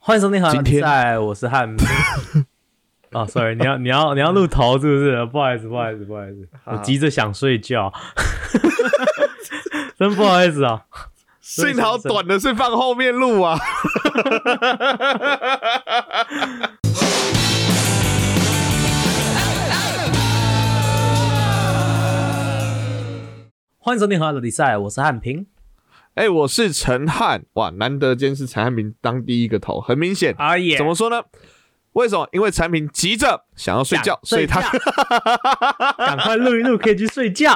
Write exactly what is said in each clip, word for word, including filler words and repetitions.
欢迎收听好比赛，我是汉平。哦 ，sorry， 你要你要你要录头是不是？不好意思，不好意思，不好意思，我急着想睡觉，真不好意思啊。 幸好短的是放后面录啊。 欢迎收听好比赛，我是汉平。 哎、欸，我是陈汉，哇，难得今天是陈汉平当第一个头，很明显。 啊耶！ 怎么说呢？为什么？因为陈汉平急着想要睡觉，所以他赶快录一录，可以去睡觉。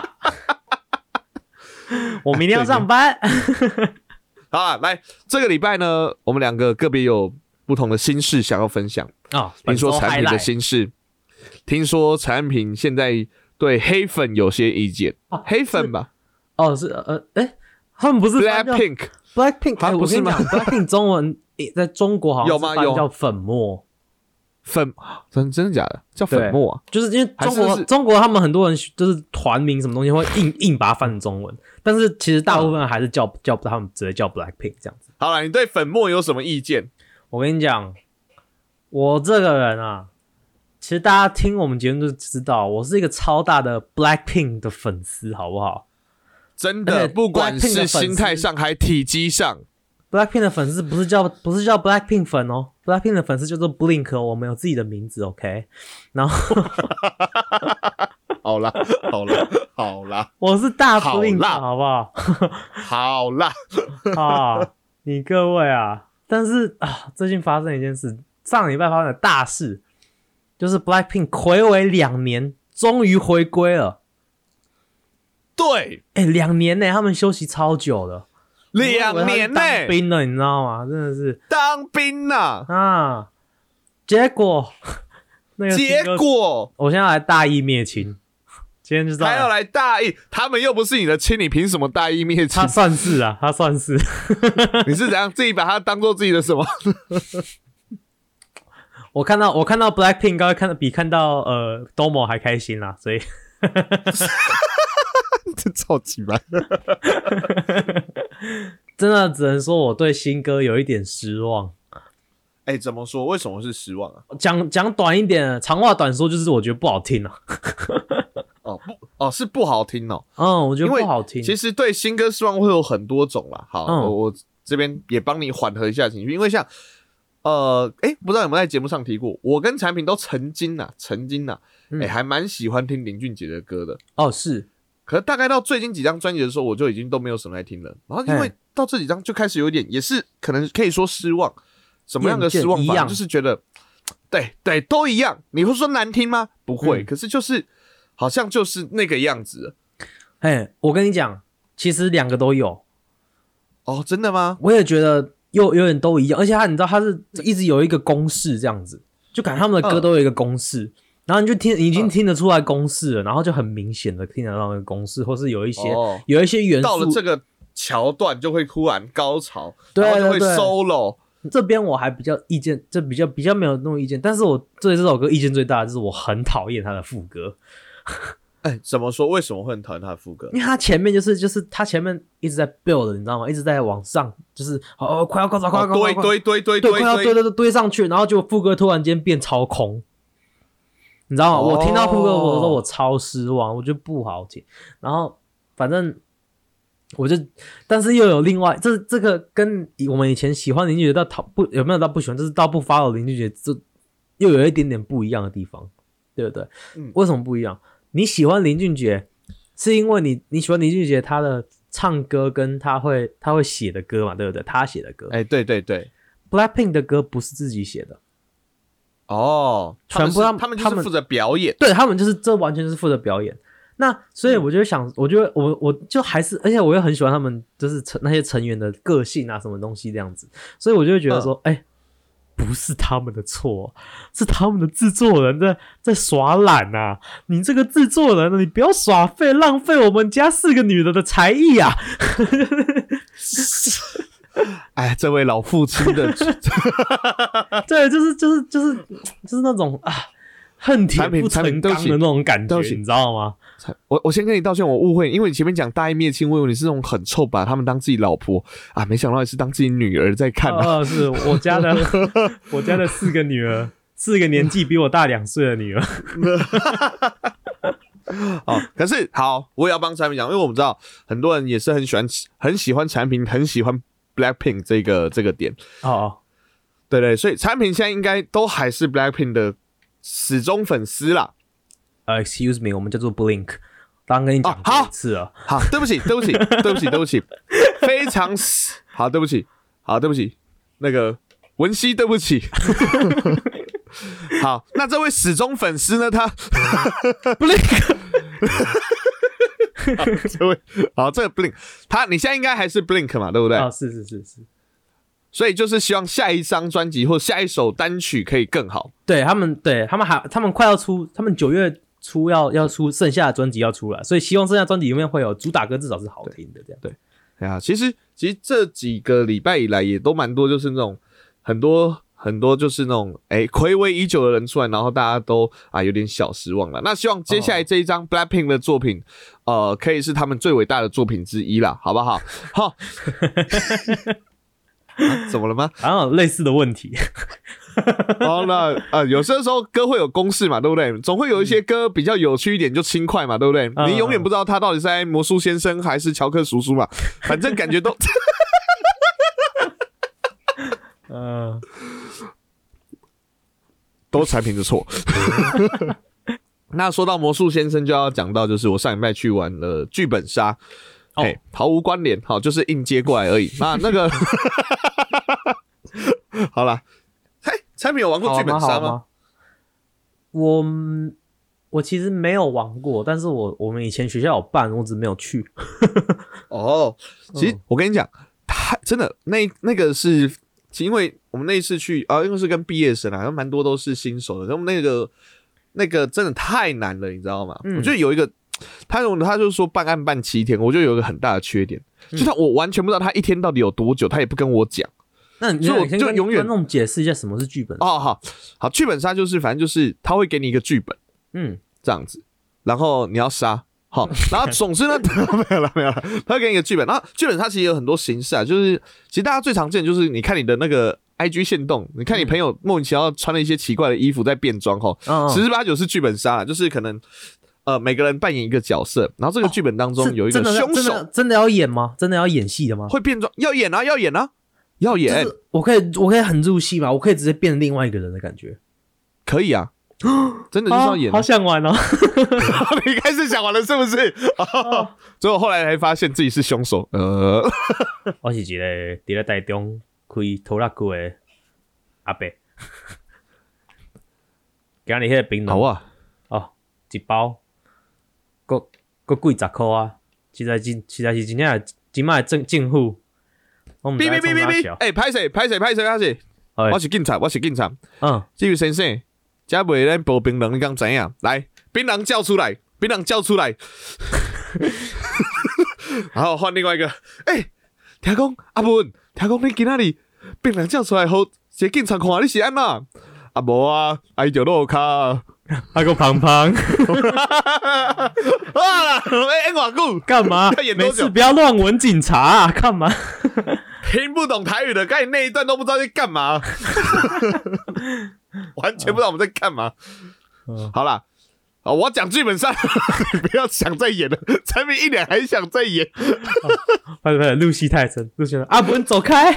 我明天要上班。 好啦，来，这个礼拜呢，我们两个个别有不同的心事想要分享。 哦， 听说陈汉平的心事，听说陈汉平现在对黑粉有些意见。哦、黑粉吧？ 哦，是呃，哎、欸。他们不是 Blackpink Blackpink， 他不是吗？ Blackpink 中文在中国好像是翻叫粉末， 粉真真的假的？叫粉末啊？ 就是因为中国是是中国他们很多人就是团名什么东西会硬硬把它翻成中文，但是其实大部分还是叫、嗯、叫他们直接叫 Blackpink 这样子。 好啦，你对粉末有什么意见？ 我跟你讲，我这个人啊，其实大家听我们节目就知道，我是一个超大的 Blackpink 的粉丝，好不好？ 真的，不管是心态上还体积上 ，Blackpink 的粉丝不是叫不是叫 Blackpink 粉哦 ，Blackpink 的粉丝叫做 Blink， 我们有自己的名字 ，OK？ 然后， 好啦，好啦，好啦， 我是大 Blink， 好, 好不好？ 好啦， 啊，你各位啊，但是啊，最近发生一件事，上礼拜发生的大事，就是 Blackpink 睽违两年，终于回归了。 对， 哎、欸，两年呢，他们休息超久的， 两年呢， 当兵了，你知道吗？真的是当兵啊！ 啊，结果那个结果， 我现在来大义灭亲，今天就知道还要来大义，他们又不是你的亲，你凭什么大义灭亲？ 他算是啊，他算是， 你是怎样自己把他当做自己的什么？ 我看到我看到 Blackpink 刚才看到比看到呃 Domo 还开心啦，所以。 这超级慢， 真的只能说我对新歌有一点失望。 哎、欸，怎么说？为什么是失望啊？ 讲讲短一点，长话短说，就是我觉得不好听啊。 哦不哦，是不好听哦。 嗯，我觉得不好听。 其实对新歌失望会有很多种啦。好，嗯、我我这边也帮你缓和一下情绪，因为像呃，哎、欸，不知道有没有在节目上提过，我跟产品都曾经啊，曾经啊，哎、嗯欸，还蛮喜欢听林俊杰的歌的。 哦，是。 可是大概到最近几张专辑的时候，我就已经都没有什么来听了。然后因为到这几张就开始有点，也是可能可以说失望。什么样的失望法？就是觉得，对对，都一样。你会说难听吗？不会。嗯、可是就是好像就是那个样子。 哎，我跟你讲，其实两个都有。 哦，真的吗？ 我也觉得有有点都一样，而且他你知道他是一直有一个公式这样子，就感觉他们的歌都有一个公式。嗯，然后你就听，已经听得出来公式了，嗯、然后就很明显的听得到那个公式，或是有一些、哦、有一些元素到了这个桥段就会突然高潮，对对对，然后就会 solo。 这边我还比较意见，这比较比较没有那种意见，但是我对这首歌意见最大的就是我很讨厌他的副歌。 哎、欸，怎么说？为什么会很讨厌他的副歌？ 因为他前面就是就是他前面一直在 build， 你知道吗？一直在往上，就是哦快要高潮，快要高潮， 堆堆堆堆堆，快要堆堆堆堆上去，然后就副歌突然间变超空。你知道吗？哦、我听到副歌的时候，我超失望，我觉得不好听。然后反正我就，但是又有另外，这这个跟我们以前喜欢林俊杰到不有没有到不喜欢，就是到不 follow 林俊杰，这又有一点点不一样的地方，对不对？嗯，为什么不一样？你喜欢林俊杰，是因为你你喜欢林俊杰他的唱歌跟他会他会写的歌嘛，对不对？他写的歌， 哎、欸，对对对 ，Blackpink 的歌不是自己写的。 哦， 全部他们他们就是负责表演， 对他们就是这完全就是负责表演。那所以我就想，嗯、我觉得我我就还是，而且我又很喜欢他们，就是成那些成员的个性啊，什么东西这样子，所以我就会觉得说，哎、嗯欸，不是他们的错，是他们的制作人在在耍懒啊！你这个制作人，你不要耍废，浪费我们家四个女的的才艺啊！ 哎，这位老父亲的， 对，就是就是就是就是那种啊， 恨铁不成钢的那种感觉，你知道吗？ 我我先跟你道歉，我误会，因为你前面讲大义灭亲，我以为你是那种很臭，把他们当自己老婆啊，没想到你是当自己女儿在看啊。 哦，是我家的，我家的四个女儿，四个年纪比我大两岁的女儿。 哦，可是好，我也要帮产品讲，因为我们知道很多人也是很喜欢很喜欢产品，很喜欢 Blackpink 这个这个点。 哦， 对对，所以产品现在应该都还是 Blackpink 的死忠粉丝啦。 呃、uh, ，excuse me， 我们叫做 Blink。刚刚跟你讲过一次了、哦， 好，对不起，对不起，对不起，对不起，非常好，对不起，好，对不起，那个文熙，对不起。好，那这位死忠粉丝呢？他 Blink， 好，这位好，这个 Blink， 他你现在应该还是 Blink 嘛，对不对？ 啊、哦，是是是是。 所以就是希望下一张专辑或下一首单曲可以更好。 对他们，对他们还，他们快要出，他们九月初要要出剩下的专辑要出来，所以希望剩下专辑里面会有主打歌至少是好听的，这样。 对，对啊，其实其实这几个礼拜以来也都蛮多，就是那种很多。很多就是那种哎睽违已久的人出来，然后大家都啊有点小失望了。那希望接下来这一张 Blackpink 的作品，呃，可以是他们最伟大的作品之一啦，好不好？好，啊、怎么了吗？ 好像有类似的问题。 哦，那呃，有些时候歌会有公式嘛，对不对？总会有一些歌比较有趣一点，就轻快嘛，对不对？嗯、你永远不知道他到底是在魔术先生还是乔克叔叔嘛，反正感觉都。 嗯， 都产品的错。那说到魔术先生，就要讲到就是我上礼拜去玩了剧本杀，哦、hey, 毫无关联，好，就是硬接过来而已。那那个，好啦，嘿，产品有玩过剧本杀吗？ 吗我我其实没有玩过，但是我我们以前学校有办，我只没有去。 哦，其实我跟你讲，他真的那那个是。因为我们那一次去啊，因为是跟毕业生啊，好像蛮多都是新手的，然后那个那个真的太难了，你知道吗？嗯、我觉得有一个，他他就是说办案办七天，我觉得有一个很大的缺点，嗯、就他我完全不知道他一天到底有多久，他也不跟我讲。 那你就就永远弄解释一下什么是剧本哦，好好，剧本杀就是反正就是他会给你一个剧本，嗯，这样子，然后你要杀。好，然后总之呢，没有了，没有了。他会给你一个剧本，然后剧本它其实有很多形式啊，就是其实大家最常见就是你看你的那个 I G 限动，你看你朋友莫名其妙穿了一些奇怪的衣服在变装吼，十之八九是剧本杀，就是可能呃每个人扮演一个角色，然后这个剧本当中有一个凶手， 真的真的要演吗？真的要演戏的吗？ 会变装，要演啊，要演啊，要演。 就是、我可以我可以很入戏吗？我可以直接变另外一个人的感觉？ 可以啊。真的就是要演、 啊，好想玩哦！ 你开始想玩了是不是？哦、结果后来才发现自己是凶手。呃， 我是一个伫咧台中开拖拉机的阿伯。今日迄个槟榔好啊， 哦，一包，搁搁几十块啊！实在真实在是真正真卖政政府。我唔知在创啥笑。 哎，拍谁拍谁拍谁拍谁！我是警察，我是警察。 嗯， 这位先生。加袂咱保槟榔，你讲怎样？来，槟榔叫出来，槟榔叫出来。然后换另外一个，哎、欸，听讲阿文，听讲你今仔日槟榔叫出来后，一警察看你是安怎？啊无啊，挨着落卡，啊个胖胖。 啊，哎，偌久？ 干嘛？每次不要乱闻警察啊！干嘛？ 听不懂台语的，刚才那一段都不知道在干嘛。完全不知道我们在干嘛。嗯、好啦，好，我讲剧本杀，你不要想再演了。产品一脸还想再演， 快点快点，入戏太深，入戏太深。阿文走开！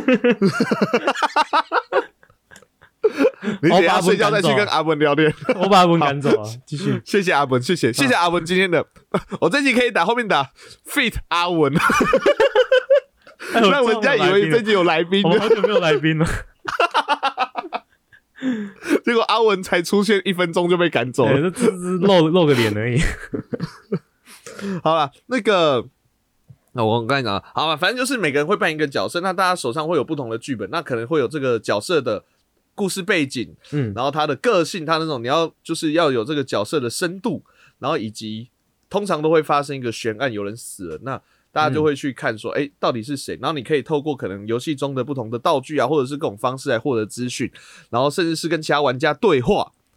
你等一下睡觉再去跟阿文聊天。 我把阿文赶走啊！继续， 谢谢阿文，谢谢谢谢阿文今天的。我这集可以打后面打 fit 阿文，让人家以为这集有来宾。 我好久没有来宾了。 结果阿文才出现一分钟就被赶走了， 这只是露露个脸而已。 好了，那个，那我刚才讲了，好了，反正就是每个人会扮演一个角色，那大家手上会有不同的剧本，那可能会有这个角色的故事背景，嗯，然后他的个性，他那种你要就是要有这个角色的深度，然后以及通常都会发生一个悬案，有人死了，那大家就会去看说，哎、嗯欸，到底是谁？然后你可以透过可能游戏中的不同的道具啊，或者是各种方式来获得资讯，然后甚至是跟其他玩家对话，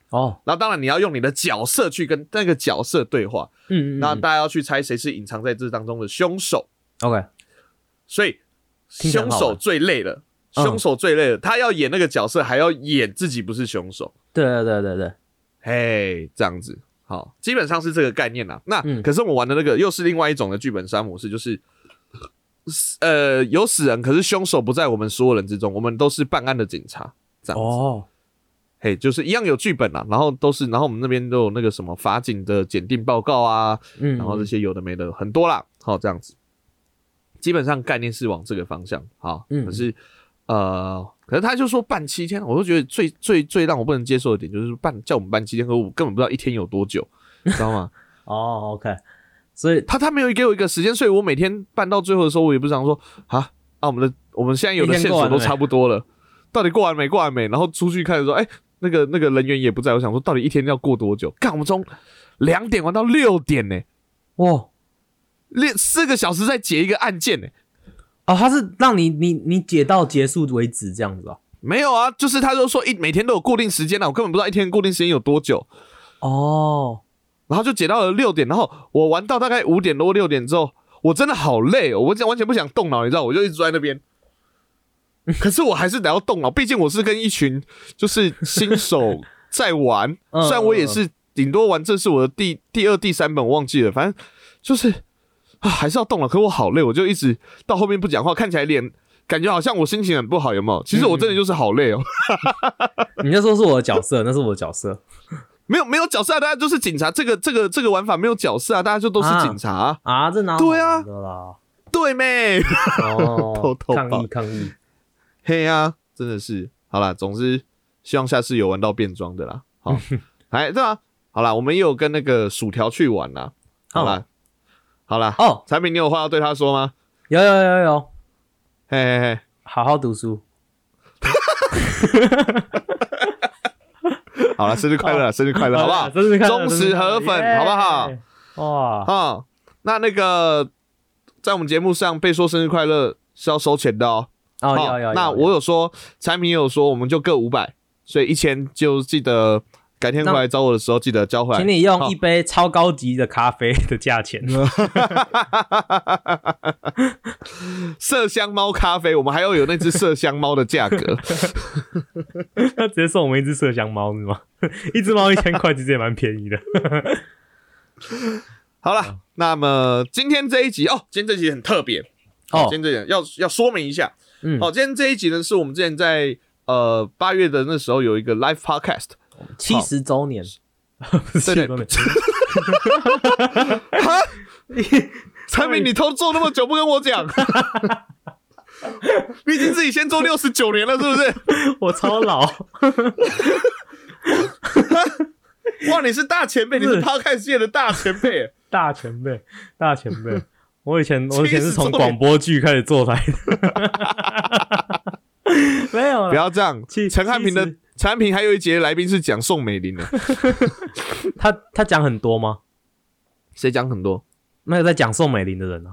哦， 然后当然你要用你的角色去跟那个角色对话， 嗯嗯， 那大家要去猜谁是隐藏在这当中的凶手。 OK， 所以凶手最累了，凶手最累了，他要演那个角色，还要演自己不是凶手。 对对对对对， 嘿，这样子，好，基本上是这个概念啦。那、 嗯、 可是我玩的那个又是另外一种的剧本杀模式，就是呃有死人，可是凶手不在我们所有人之中，我们都是办案的警察，这样子。哦，嘿，就是一样有剧本啦，然后都是，然后我们那边都有那个什么法警的检定报告啊，嗯，然后这些有的没的很多啦，好，这样子。基本上概念是往这个方向，好，嗯，可是呃，可是他就说办七天，我就觉得最最最让我不能接受的点就是办叫我们办七天，可是我根本不知道一天有多久，你知道吗？ 哦 ，OK， 所以他他没有给我一个时间，所以我每天办到最后的时候，我也不想说啊啊，我们的我们现在有的线索都差不多了，到底过完没过完没？然后出去看的时候，哎、欸，那个那个人员也不在，我想说到底一天要过多久？干，我们从两点玩到六点呢、欸，哇！练四个小时在解一个案件呢、欸， 哦，他是让你你你解到结束为止这样子哦？ 没有啊，就是他就说一每天都有固定时间啊，我根本不知道一天固定时间有多久哦。然后就解到了六点，然后我玩到大概五点多六点之后，我真的好累哦，我完全不想动脑，你知道，我就一直坐在那边。可是我还是得要动脑，毕竟我是跟一群就是新手在玩，虽然我也是顶多玩，这是我的第第二第三本，我忘记了，反正就是。啊，还是要动了，可我好累，我就一直到后面不讲话，看起来脸感觉好像我心情很不好，有没有？其实我真的就是好累哦。 你那说是我的角色，那是我的角色， 没有没有角色啊，大家就是警察。这个这个这个玩法没有角色啊，大家就都是警察啊， 啊这哪对啊， 啦对妹， 哦， 偷偷抗议抗议， 嘿呀、啊，真的是好啦，总之希望下次有玩到变装的啦。好，哎对啊，好啦，我们也有跟那个薯条去玩啦，好啦。哦好啦，哦，产品，你有话要对他说吗？ 有有有有， 嘿嘿嘿， 好好读书。 好了，生日快乐，生日快乐，好不好？ 生日快乐， 忠实河粉，好不好？哇，啊，那那个在我们节目上被说生日快乐是要收钱的哦。 哦，有有。 那我有说，产品也有说，我们就各五百，所以一千就记得。改天过来找我的时候，记得交回来。 请你用一杯超高级的咖啡的价钱， 麝香猫咖啡，我们还要有那只麝香猫的价格。 他直接送我们一只麝香猫是吗？一只猫一千块，其实也蛮便宜的。 好了，那么今天这一集哦，今天这一集很特别哦，今天这一集要要说明一下，嗯，好，今天这一集呢是我们之前在呃八月的那时候有一个 live podcast。 七十周年， 对对对，哈，产品你偷做那么久不跟我讲，你已经自己先做六十九年了，是不是？ 我超老， 哇，你是大前辈，你是 Podcast 界的大前辈， 大前辈，大前辈。我以前我以前是从广播剧开始做来的，没有啦， 不要这样。陈汉平的。产品还有一节来宾是讲宋美龄的， 他他讲很多吗？ 谁讲很多？ 那个在讲宋美龄的人啊。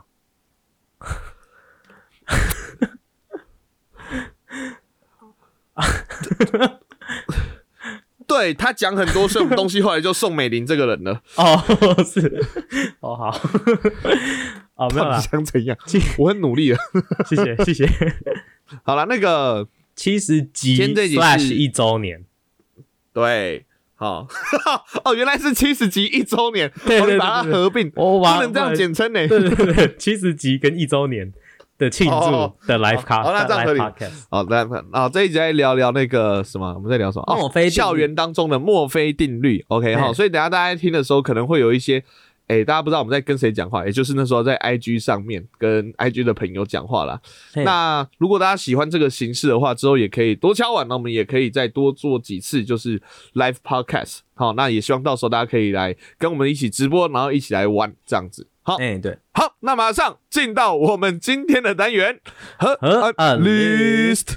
对，他讲很多，所以我们东西后来就宋美龄这个人了。 哦，是，哦好，哦没有啦， 想怎样？我很努力了， 谢谢谢谢。 好了，那个。 七十集 slash 一周年， 对，好哦，原来是七十集一周年， 对对对， 把它合并， 我不能这样简称呢。 对对对，七十集跟一周年的庆祝的 live cast， 好，那这样合理。好，那好，这一集来聊聊那个什么，我们在聊什么？ 墨菲校园当中的墨菲定律。OK， 好，所以等一下大家听的时候可能会有一些。哎、欸，大家不知道我们在跟谁讲话，也就是那时候在 I G 上面跟 I G 的朋友讲话啦。那如果大家喜欢这个形式的话，之后也可以多敲碗，那我们也可以再多做几次，就是 live podcast。好，那也希望到时候大家可以来跟我们一起直播，然后一起来玩这样子。好，哎、 欸，对， 好，那马上进到我们今天的单元和 list。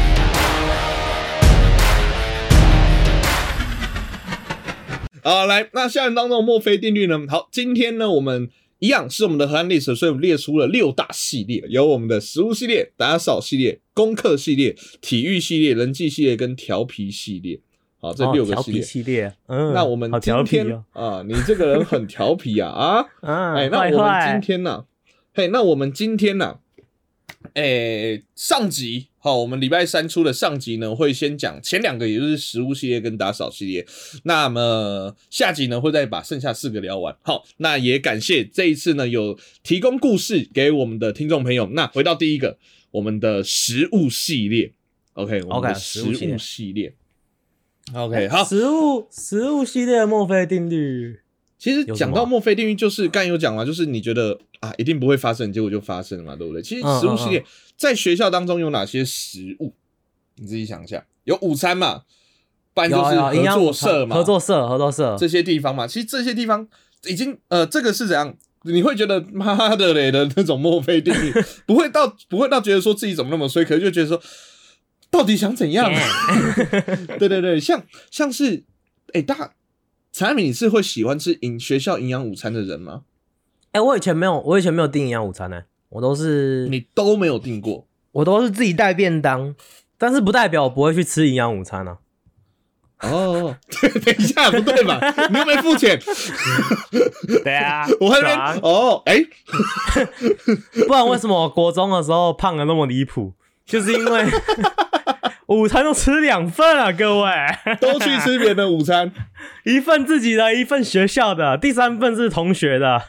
好，来，那校园当中的墨菲定律呢？好，今天呢，我们一样是我们的河岸历史，所以我们列出了六大系列，有我们的食物系列、打扫系列、功课系列、体育系列、人际系列跟调皮系列。 好，这六个系列，哦、系列，嗯， 那我们今天、哦、啊，你这个人很调皮啊啊， 嗯， 哎，那我们今天呢、啊，嘿，那我们今天呢、啊，哎，上集好，我们礼拜三出的上集呢，会先讲前两个，也就是食物系列跟打扫系列，那么下集呢，会再把剩下四个聊完。好，那也感谢这一次呢，有提供故事给我们的听众朋友。那回到第一个，我们的食物系列 ，OK， 我们的食物系列。OK， 好， 食物食物系列的墨菲定律， 其实讲到墨菲定律，就是刚才有讲嘛，就是你觉得啊一定不会发生，结果就发生了嘛，对不对？其实食物系列在学校当中有哪些食物？你自己想一下，有午餐嘛，不然就是合作社嘛， 合作社合作社这些地方嘛，其实这些地方已经呃，这个是怎样？你会觉得妈的嘞的那种墨菲定律，不会到不会到觉得说自己怎么那么衰，可是就觉得说。到底想怎样、啊？对对对，像像是，哎、欸，大陈爱民，你是会喜欢吃营学校营养午餐的人吗？ 哎、欸，我以前没有，我以前没有订营养午餐呢、欸，我都是你都没有订过， 我都是自己带便当，但是不代表我不会去吃营养午餐啊。 哦，等一下，不对吧？你又没付钱。 对啊， 我还没哦，哎、欸， 不然为什么我国中的时候胖得那么离谱？就是因为午餐都吃两份啊，各位都去吃别人的午餐， 一份自己的，一份学校的，第三份是同学的，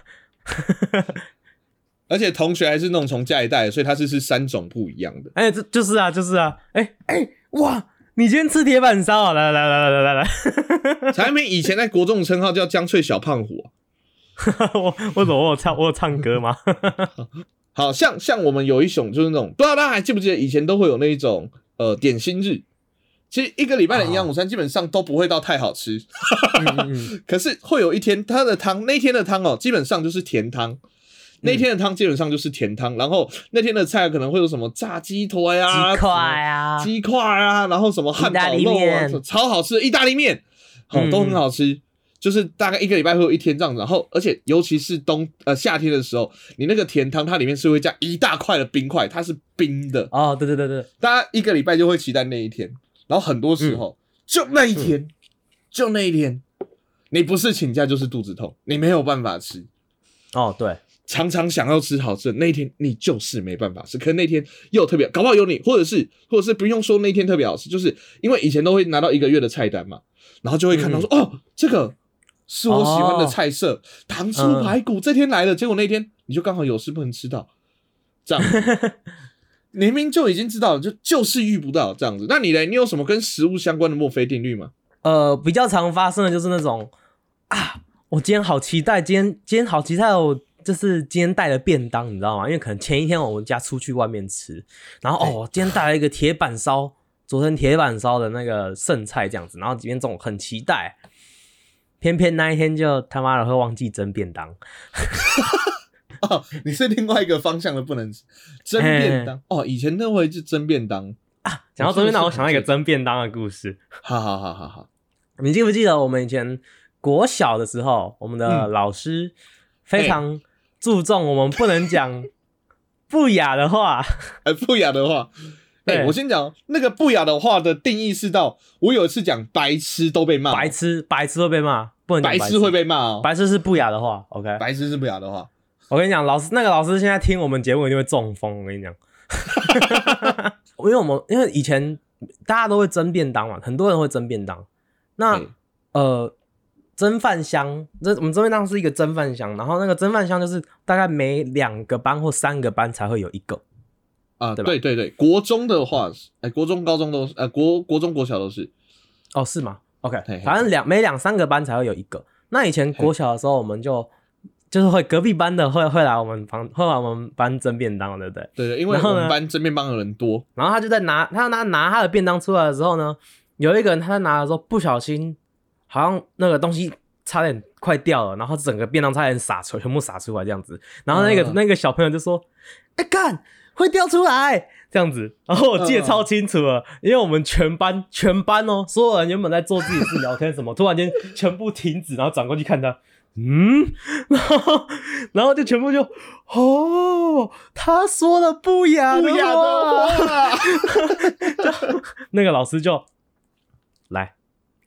而且同学还是那种从家里带的，所以他是吃三种不一样的。 哎、欸，这就是啊，就是啊，哎、欸、哎、欸，哇，你今天吃铁板烧啊？来来来来来来来， 陈爱民以前在国中的称号叫江翠小胖虎、 啊，我为什么我有唱我有唱歌吗？ 好像像我们有一种就是那种，不知道大家还记不记得以前都会有那一种呃点心日，其实一个礼拜的营养午餐基本上都不会到太好吃，嗯嗯可是会有一天它的汤那天的汤哦，基本上就是甜汤，那天的汤基本上就是甜汤，然后那天的菜可能会有什么炸鸡腿啊、 鸡块啊、 鸡块啊，然后什么汉堡肉啊，超好吃的意大利面，好、哦、都很好吃。嗯就是大概一个礼拜会有一天这样子，然后而且尤其是冬呃夏天的时候，你那个甜汤它里面是会加一大块的冰块，它是冰的哦，对对对对， 大家一个礼拜就会期待那一天，然后很多时候、嗯、就那一天、嗯，就那一天，你不是请假就是肚子痛，你没有办法吃。 哦，对， 常常想要吃好吃的那一天，你就是没办法吃。可是那天又特别，搞不好有你，或者是或者是不用说那天特别好吃，就是因为以前都会拿到一个月的菜单嘛，然后就会看到说、嗯、哦这个。是我喜欢的菜色，哦、糖醋排骨、嗯、这天来了，结果那天你就刚好有事不能吃到，这样子，你明明就已经知道了，就就是遇不到这样子。那你呢？你有什么跟食物相关的墨菲定律吗？ 呃，比较常发生的就是那种啊，我今天好期待，今天今天好期待，我就是今天带了便当，你知道吗？因为可能前一天我们家出去外面吃，然后哦，今天带了一个铁板烧，昨天铁板烧的那个剩菜这样子，然后今天中午很期待。偏偏那一天就他妈的会忘记蒸便当哦，你是另外一个方向的不能吃蒸便当哦。以前那会是蒸便当啊，讲到蒸便当，我想到一个蒸便当的故事。 好好好好好， 你记不记得我们以前国小的时候，我们的老师非常注重我们不能讲不雅的话， 哎，不雅的话。欸、我先讲那个不雅的话的定义是到，我有一次讲白痴都被骂， 白痴白痴会被骂，不能讲白痴，白痴会被骂哦， 白痴是不雅的话 ，OK， 白痴是不雅的话。 我跟你讲，老师那个老师现在听我们节目一定会中风，我跟你讲，因为我们因为以前大家都会蒸便当嘛，很多人会蒸便当，那、欸、呃蒸饭箱，这我们蒸便当是一个蒸饭箱，然后那个蒸饭箱就是大概每两个班或三个班才会有一个。 啊，对对 对, 对，国中的话，哎，国中、高中都是，呃，国国中、国小都是。 哦，是吗 ？OK， 反正两每两三个班才会有一个。那以前国小的时候，我们就就是会隔壁班的会会来我们房，会来我们班蒸便当，对不对？ 对对，因为我们班蒸便当的人多。 然后他就在拿他拿拿他的便当出来的时候呢，有一个人他在拿的时候不小心，好像那个东西差点快掉了，然后整个便当差点洒出，全部洒出来这样子。然后那个、嗯、那个小朋友就说：“哎、欸，干！”会掉出来这样子，然后我记得超清楚了，嗯、因为我们全班全班哦，所有人原本在做自己的事聊天什么，突然间全部停止，然后转过去看他，嗯，然后然后就全部就哦，他说了不雅的话，不雅的话就那个老师就来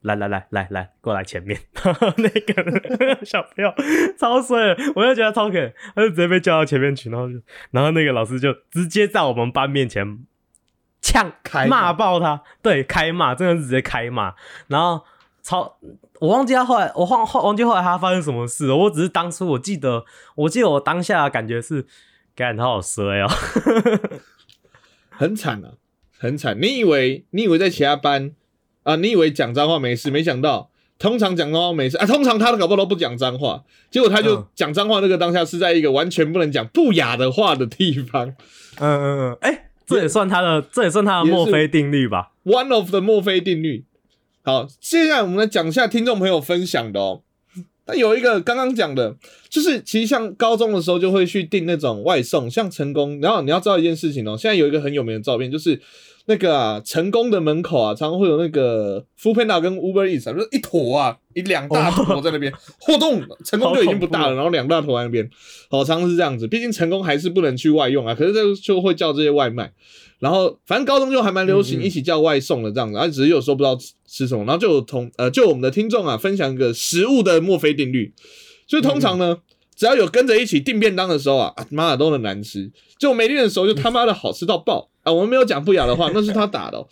来来来来来，过来前面。然后那个小朋友超衰的，我就觉得超可怜，他就直接被叫到前面去，然后就，然后那个老师就直接在我们班面前呛骂爆他，对，开骂，真的是直接开骂，然后超。我忘记他后来，我忘忘记后来他发生什么事了。我只是当初我记得，我记得我当下的感觉是，干他好衰哦， 很惨啊，很惨。你以为你以为在其他班啊，你以为讲脏话没事，没想到通常讲脏话没事啊，通常他搞不好都不讲脏话，结果他就讲脏话那个当下是在一个完全不能讲不雅的话的地方。 嗯嗯嗯，哎、欸，这也算他的，这也算他的墨菲定律吧 ？One of the 墨菲定律。好，接下来我们来讲一下听众朋友分享的哦。那有一个刚刚讲的，就是其实像高中的时候就会去订那种外送，像成功。然后你要知道一件事情哦，现在有一个很有名的照片，就是那个啊成功的门口啊，常常会有那个 Foodpanda 跟 Uber Eats 啊，就是一坨啊，一两大坨在那边活动。成功就已经不大了，然后两大坨在那边，好，常常是这样子。毕竟成功还是不能去外用啊，可是这就会叫这些外卖。然后反正高中就还蛮流行一起叫外送的这样子，然后只是有时候不知道吃什么，然后就有同呃就我们的听众啊分享一个食物的墨菲定律，就是通常呢只要有跟着一起订便当的时候啊，妈的都很难吃，就没订的时候就他妈的好吃到爆啊！我们没有讲不雅的话，那是他打的、哦，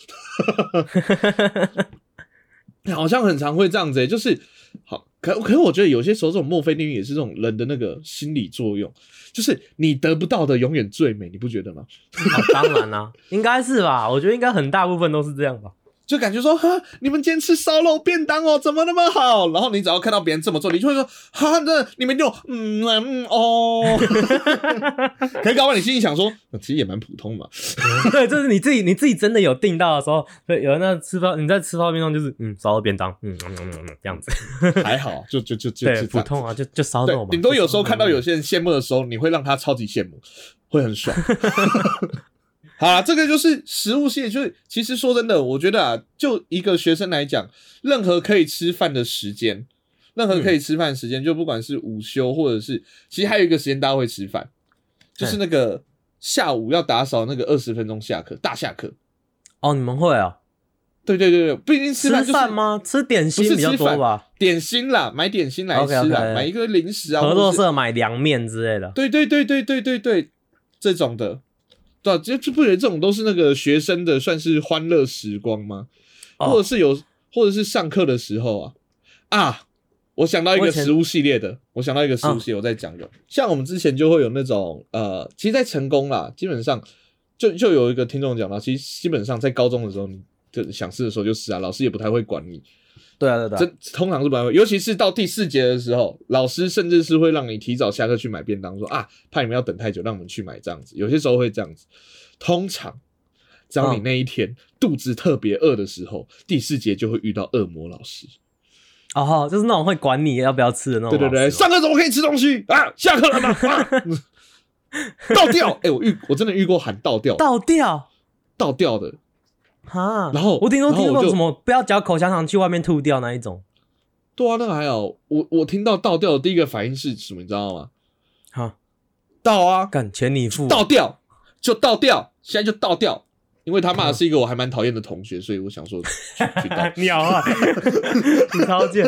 好像很常会这样子、欸，就是好，可可是我觉得有些时候这种墨菲定律也是这种人的那个心理作用。就是你得不到的永远最美，你不觉得吗？ 哦、当然啦、啊，应该是吧？我觉得应该很大部分都是这样吧。 就感觉说，哈，你们今天吃烧肉便当哦，怎么那么好？然后你只要看到别人这么做，你就会说，哈，那你们就嗯嗯哦。可是搞完你心里想说，其实也蛮普通嘛。 对，就是你自己你自己真的有订到的时候，对，有人在吃泡，你在吃泡便当就是嗯烧肉便当，嗯嗯嗯嗯这样子， 还好，就就就就对普通啊，就就烧肉嘛。 顶多有时候看到有些人羡慕的时候，你会让他超级羡慕，会很爽。好啦，这个就是食物系列，就是其实说真的，我觉得啊，就一个学生来讲，任何可以吃饭的时间，任何可以吃饭的时间，嗯、就不管是午休或者是，其实还有一个时间大家会吃饭，就是那个下午要打扫那个二十分钟下课，大下课。 哦，你们会啊？ 对对对对，不一定吃饭、就是， 吃饭吗？吃点心比较多吧？ 点心啦，买点心来吃啦 okay, okay, 买一个零食啊， 合作社买凉面之类的。 对对对对对对对，这种的。对啊，就不觉得这种都是那个学生的算是欢乐时光吗？哦、或者是有，或者是上课的时候啊啊！我想到一个食物系列的，我, 我想到一个食物系列，我在讲的、哦。像我们之前就会有那种呃，其实，在成功啦，基本上就就有一个听众讲到，其实基本上在高中的时候，你就想吃的时候就是啊，老师也不太会管你。 对啊，对啊， 这通常是不太会，尤其是到第四节的时候，老师甚至是会让你提早下课去买便当，说啊，怕你们要等太久，让我们去买这样子。有些时候会这样子。通常，只要你那一天、嗯、肚子特别饿的时候，第四节就会遇到恶魔老师。 哦，就是那种会管你要不要吃的那种。 对对对，上课怎么可以吃东西啊？下课了吗？啊、倒掉！哎、欸，我遇我真的遇过喊倒掉， 倒掉， 倒掉的。 哈， 然后我顶多听过什么不要嚼口香糖去外面吐掉那一种。 对啊，那个还好。我我听到倒掉的第一个反应是什么，你知道吗？ 哈， 倒啊， 干钱你付， 倒掉就倒掉，现在就倒掉。因为他骂的是一个我还蛮讨厌的同学，所以我想说去倒。 鸟啊，你超贱。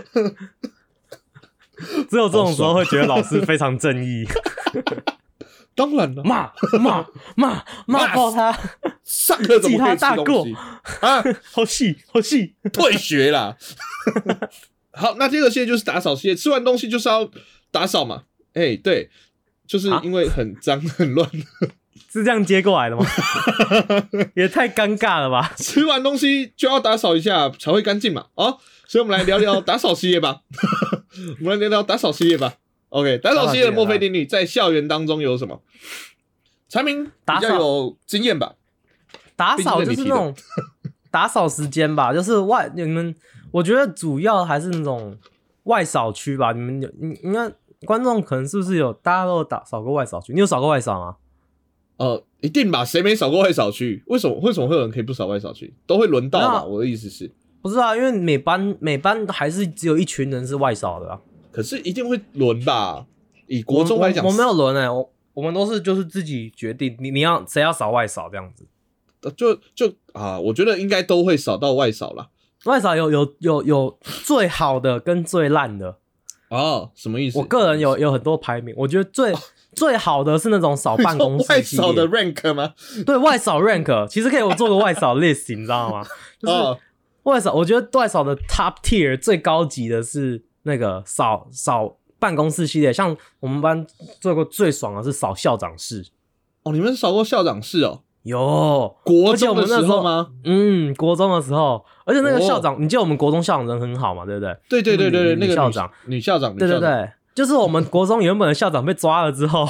只有这种时候会觉得老师非常正义。 当然了， 骂骂骂骂爆他， 上课怎么可以吃东西啊？ 好细好细， 退学啦！好，那第二个系列就是打扫系列，吃完东西就是要打扫嘛。哎、欸，对，就是因为很脏、啊、很乱， 是这样接过来的吗？也太尴尬了吧！ 吃完东西就要打扫一下才会干净嘛。哦，所以我们来聊聊打扫系列吧。我们来聊聊打扫系列吧。OK， 打扫系列的墨菲定律在校园当中有什么？产品比较有经验吧。 打扫就是那种打扫时间吧，就是外你们，我觉得主要还是那种外扫区吧。你们有，你应该观众可能是不是有大家都有打扫过外扫区？你有扫过外扫吗？ 呃，一定吧，谁没扫过外扫区？为什么为什么会有人可以不扫外扫区？都会轮到吧？我的意思是， 不是啊，因为每班每班还是只有一群人是外扫的啊。 可是一定会轮吧？以国中来讲， 我, 我, 我没有轮哎、欸，我我们都是就是自己决定，你你要谁要扫外扫这样子。 就就啊，我觉得应该都会扫到外扫啦。 外扫有有有有最好的跟最烂的。 哦，什么意思？ 我个人有有很多排名，我觉得最、哦、最好的是那种扫办公室外扫的 rank 吗？ 对，外扫 rank， 其实可以我做个外扫 list， 你知道吗？就是外扫，我觉得外扫的 top tier 最高级的是那个扫扫办公室系列，像我们班做过最爽的是扫校长室。 哦，你们扫过校长室哦？ 有， 国中的时候吗？ 嗯，国中的时候，而且那个校长，哦、你记得我们国中校长人很好嘛，对不对？ 对对对对对，那个校长， 女校长， 对对对，就是我们国中原本的校长被抓了之后，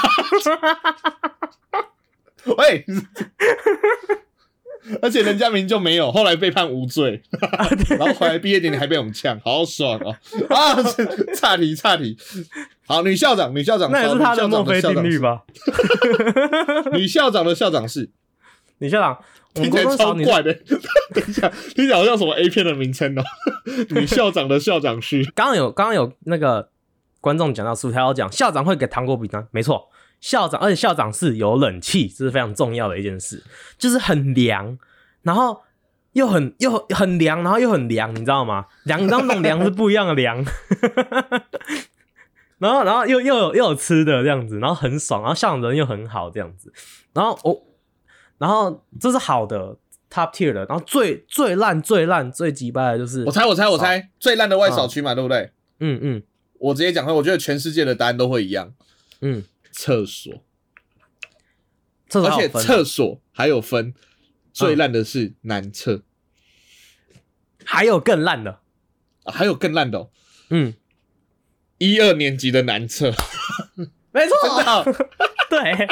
喂，而且人家明就没有，后来被判无罪，然后回来毕业典礼还被我们呛，好爽哦！啊，岔题岔题。好，女校长，女校长， 那也是他的墨菲定律吧？ 女校长的校长室， 女校长听起来超怪的。等一下，听起来好像什么 A 片的名称哦。女校长的校长室， 刚刚有刚刚有那个观众讲到，薯条讲校长会给糖果饼干，没错，校长，而且校长室有冷气，这是非常重要的一件事，就是很凉，然后又很又很凉，然后又很凉，你知道吗？凉，你知道那种凉是不一样的凉。然后，然后又又有又有吃的这样子，然后很爽，然后校长人又很好这样子，然后我、哦，然后这是好的 top tier 的，然后最最烂最烂最鸡掰的就是我猜我猜我猜最烂的外扫区嘛、嗯，对不对？ 嗯嗯， 我直接讲，我觉得全世界的答案都会一样， 嗯， 厕所， 厕所而且厕所还有分，最烂的是男厕、嗯， 还有更烂的、 啊，还有更烂的、哦， 嗯。 一二年级的男厕， 没错，对，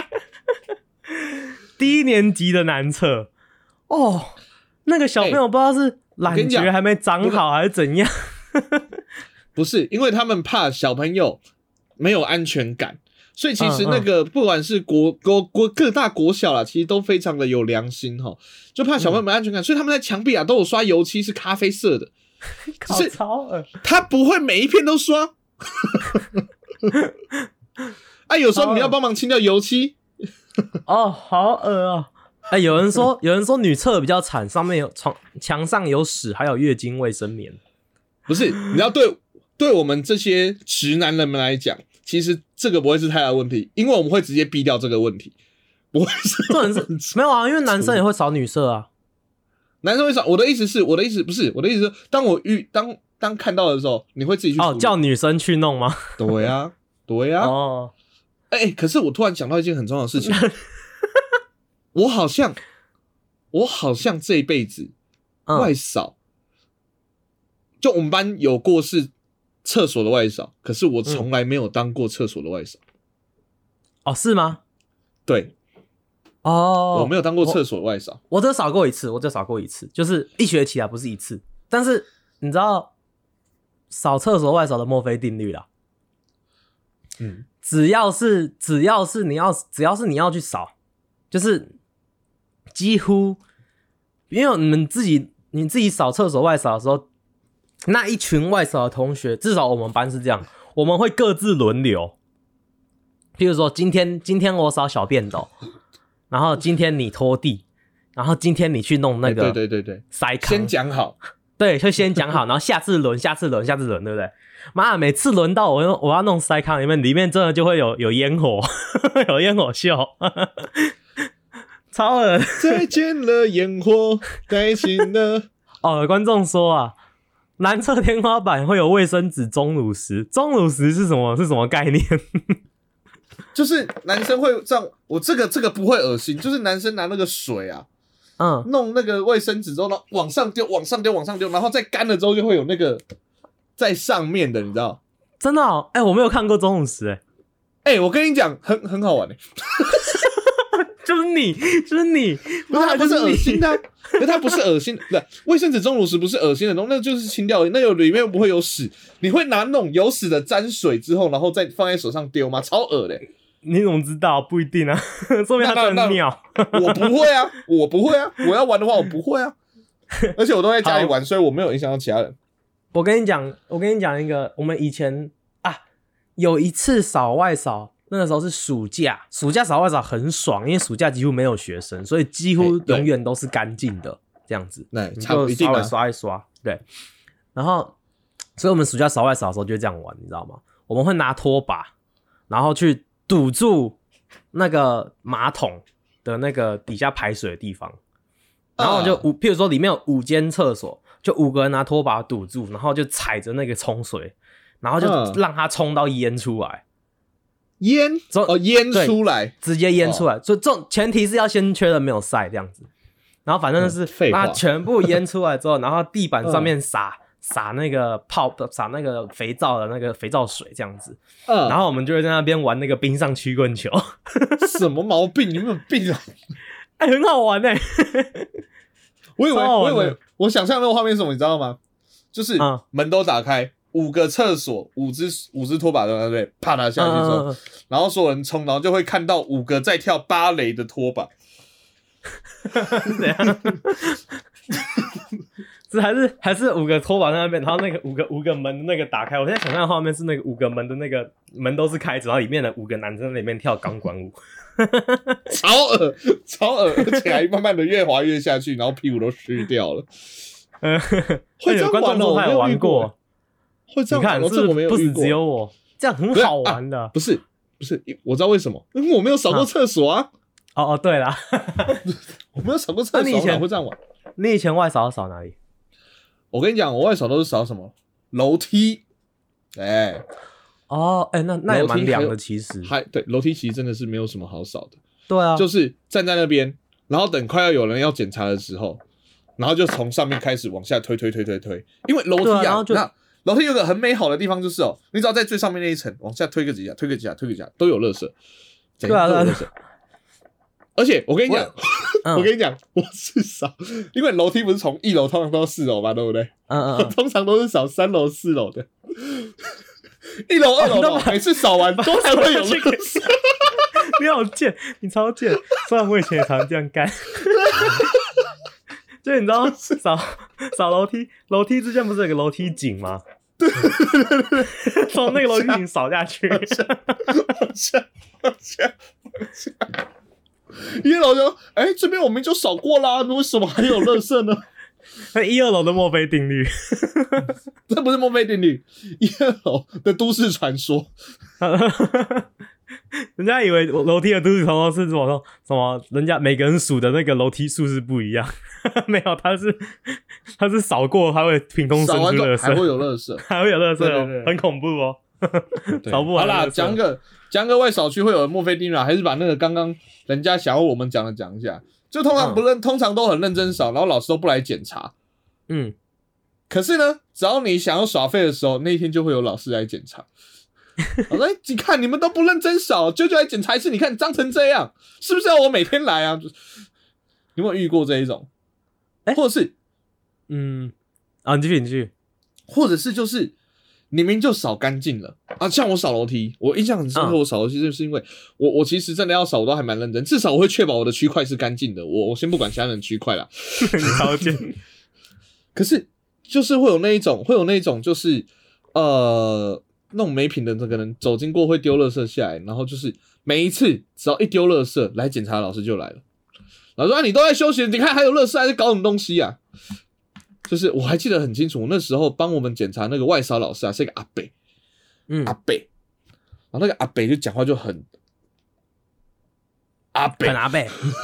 低年级的男厕，哦，那个小朋友不知道是懒觉还没长好还是怎样， 不是，因为他们怕小朋友没有安全感，所以其实那个不管是国国国各大国小啦，其实都非常的有良心齁，就怕小朋友没安全感，嗯、所以他们在墙壁啊都有刷油漆，是咖啡色的， 只是他不会每一片都刷。啊，有时候你要帮忙清掉油漆。 哦，好恶哦！哎、欸，有人说，有人说女厕比较惨，上面有床墙上有屎，还有月经卫生棉。 不是，你要对对我们这些直男人们来讲，其实这个不会是太大的问题，因为我们会直接避掉这个问题，不会是。 这人是没有啊，因为男生也会扫女厕啊。 男生会扫，我的意思是，我的意思不是，我的意思是，当我遇当。当看到的时候，你会自己去哦叫女生去弄吗？ 对呀、啊，对呀、啊。哦，哎、欸，可是我突然想到一件很重要的事情，我好像，我好像这一辈子外扫、嗯，就我们班有过是厕所的外扫，可是我从来没有当过厕所的外扫、嗯。 哦，是吗？ 对。哦，我没有当过厕所的外扫， 我只有扫过一次，我只有扫过一次，就是一学期啊，不是一次，但是你知道。扫厕所外扫的墨菲定律啦，嗯，只要是只要是你要只要是你要去扫，就是几乎，因为你们自己你自己扫厕所外扫的时候，那一群外扫的同学，至少我们班是这样，我们会各自轮流，譬如说今天今天我扫小便斗，然后今天你拖地，然后今天你去弄那个， 对对对对， 塞康， 先讲好。 对，就先讲好，然后下次轮，下次轮，下次轮，对不对？妈，每次轮到我，我要弄塞康里面，里面真的就会有有烟火，有烟火秀，超恶。 再见了烟火，开心了。 哦，观众说啊，男厕天花板会有卫生纸钟乳石，钟乳石是什么？是什么概念？ 就是男生会这样，我这个这个不会恶心，就是男生拿那个水啊。嗯，弄那个卫生纸之后，然后往上丢，往上丢，往上丢，然后再干了之后就会有那个在上面的，你知道？ 真的哦，哎、欸，我没有看过钟乳石，哎， 哎，我跟你讲，很很好玩哎， 就是你，就是你， 不是它不是恶心的、啊，可它不是恶心的，不是卫生纸钟乳石不是恶心的东西，那就是清掉的，那有里面又不会有屎，你会拿那种有屎的沾水之后，然后再放在手上丢吗？超恶的、欸。 你怎么知道？不一定啊，说明他真的尿。 我不会啊，我不会啊，我要玩的话我不会啊，而且我都在家里玩，所以我没有影响到其他人。 我跟你讲，我跟你讲一个，我们以前啊有一次扫外扫，那个时候是暑假，暑假扫外扫很爽，因为暑假几乎没有学生，所以几乎永远都是干净的这样子。 那你就稍微刷一刷， 对，然后所以我们暑假扫外扫的时候就这样玩，你知道吗？我们会拿拖把，然后去堵住那个马桶的那个底下排水的地方，然后就五，譬如说里面有五间厕所，就五个人拿拖把堵住，然后就踩着那个冲水，然后就让它冲到淹出来。 淹哦，淹出来， 直接淹出来。所以这种前提是要先确认没有晒这样子，然后反正就是把它全部淹出来之后，然后地板上面撒撒那个泡撒那个肥皂的那个肥皂水这样子，嗯，然后我们就会在那边玩那个冰上曲棍球。 什么毛病？你有没有病啊？ 哎、欸，很好玩哎、欸！ 我以为我以为我想象那个画面是什么，你知道吗？就是门都打开。五个厕所，五只五只拖把对不对？啪打下去之后，嗯嗯嗯然后所有人冲，然后就会看到五个在跳芭蕾的拖把。 是怎样？这还是还是五个拖把在那边，然后那个五个五个门的那个打开。我现在想象的画面是那个五个门的那个门都是开着，然后里面的五个男生在里面跳钢管舞， 超恶超恶，而且还慢慢的越滑越下去，然后屁股都湿掉了。 呃，会这样玩哦，我没有玩过。 会这样玩， 你看是不是不止只有我，这样很好玩的。 不是不是，我知道为什么，因为我没有扫过厕所啊。 哦哦，对啦， 我没有扫过厕所，你以前会这样玩？ 你以前外扫扫哪里？ 我跟你讲，我外扫都是扫什么楼梯。哎、欸， 哦，哎、欸，那那也蛮凉的，其实还对楼梯其实真的是没有什么好扫的。 对啊， 就是站在那边，然后等快要有人要检查的时候，然后就从上面开始往下推推推推推，因为楼梯啊，啊那楼梯有个很美好的地方就是哦，你只要在最上面那一层往下推个几下，推个几下，推个几下都有垃圾， 对啊，都有垃圾。 而且我跟你讲，我,、 嗯、 我跟你讲，我是扫，因为楼梯不是从一楼通常都到四楼嘛，对不对？ 嗯嗯,嗯， 通常都是扫三楼、四楼的，一楼、二楼的、哦，每次扫完都还会有垃圾。 你好贱，你超贱！虽然我以前也常这样干。就你知道扫扫楼梯，楼梯之间不是有个楼梯井吗？ 对对对对对， 从那个楼梯井扫下去， 往下往下往下往下，一楼就哎、欸，这边我们就扫过啦，为什么还有垃圾呢？ 那一二楼的墨菲定律， 这不是墨菲定律，一二楼的都市传说。 人家以为楼梯的都市传说是什么什么，人家每个人数的那个楼梯数是不一样，没有，他是他是扫过，还会凭空生出垃圾， 还会有垃圾， 还会有垃圾、哦， 对对对很恐怖哦。扫不完。 好啦，讲个讲个外扫区会有墨菲定律，还是把那个刚刚人家想要我们讲的讲一下。就通常不认，嗯、通常都很认真扫，然后老师都不来检查。 嗯， 可是呢，只要你想要耍废的时候，那一天就会有老师来检查。我说：“你看，你们都不认真扫，舅舅来检查一次，你看脏成这样，是不是要我每天来啊？”有没有遇过这一种？ 欸、 或者是， 嗯，啊，你继续，你继续， 或者是就是你明明就扫干净了啊，像我扫楼梯，我印象很深刻，我扫楼梯就是因为我我其实真的要扫，我都还蛮认真，至少我会确保我的区块是干净的。我我先不管其他人区块啦， 你超贱。 可是就是会有那一种，会有那一种就是呃。那种没品的那个人走经过会丢垃圾下来，然后就是每一次只要一丢垃圾来检查，老师就来了。老师说、啊：“你都在休息，你看还有垃圾，还在搞什么东西啊？”就是我还记得很清楚，我那时候帮我们检查那个外扫老师啊，是一个阿伯， 嗯， 阿伯，然后那个阿伯就讲话就很阿伯， 很阿伯，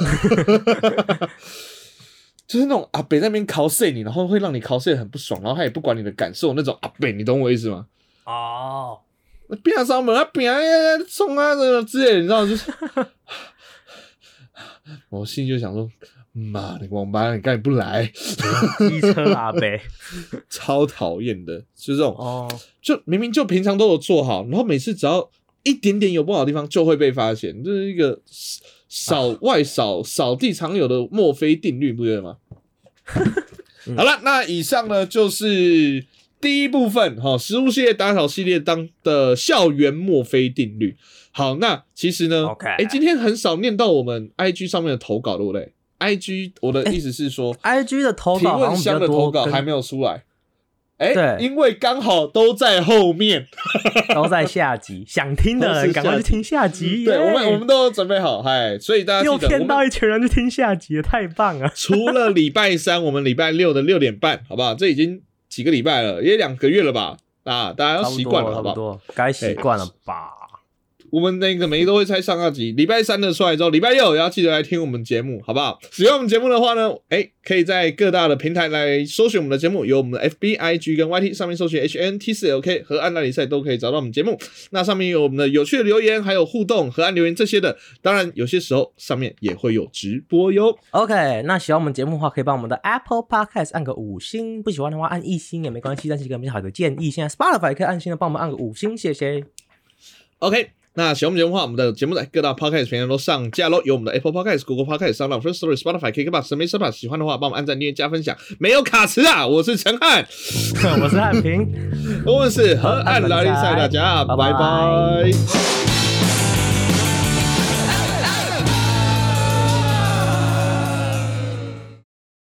就是那种阿伯在那边考试你，然后会让你考试很不爽，然后他也不管你的感受那种阿伯，你懂我意思吗？ 哦， 边上门啊，边啊冲啊，这个之类的，你知道，就是我心里就想说，妈的，王八，你干嘛不来？ 机车阿伯， 超讨厌的，就这种， 哦， 就明明就平常都有做好，然后每次只要一点点有不好的地方，就会被发现，这是一个扫外扫扫地常有的墨菲定律，不觉得吗？好了，那以上呢就是第一部分哈，食物系列打扫系列当的校园墨菲定律。好，那其实呢，哎、 okay. 欸，今天很少念到我们 I G 上面的投稿，对不对 ？I G 我的意思是说、 欸、，I G 的投稿提问箱的投稿还没有出来。哎、欸，因为刚好都在后面， 都在下集，想听的人赶快去听下集。 对，我们我们都准备好，嗨，所以大家记得又骗到一群人去听下集，太棒了！ 除了礼拜三，我们礼拜六的六点半，好不好？这已经几个礼拜了，也两个月了吧？啊，大家要习惯了，好不好？ 该习惯了吧？ 我们那个每一周会拆上下集，礼拜三的出来之后，礼拜六也要记得来听我们节目，好不好？喜欢我们节目的话呢，哎，可以在各大的平台来搜寻我们的节目，有我们的 F B、I G 跟 Y T 上面搜寻 H N T 四 L K 河岸拉力赛都可以找到我们节目。那上面有我们的有趣的留言，还有互动、河岸留言这些的。当然，有些时候上面也会有直播哟。 OK， 那喜欢我们节目的话，可以帮我们的 Apple Podcast 按个五星，不喜欢的话按一星也没关系，但是一个比较好的建议，现在 Spotify 也可以按星的帮我们按个五星，谢谢。 OK。那喜欢我们节目的话，我们的节目在各大 Podcast 平台都上架咯，有我们的 Apple Podcast、Google Podcast、SoundCloud、Firstory、Spotify， 可以把什么话帮我们按赞、订阅、加分享，没有卡词啊！我是陈汉， 我是汉平， 我们是河岸拉力赛，大家拜拜。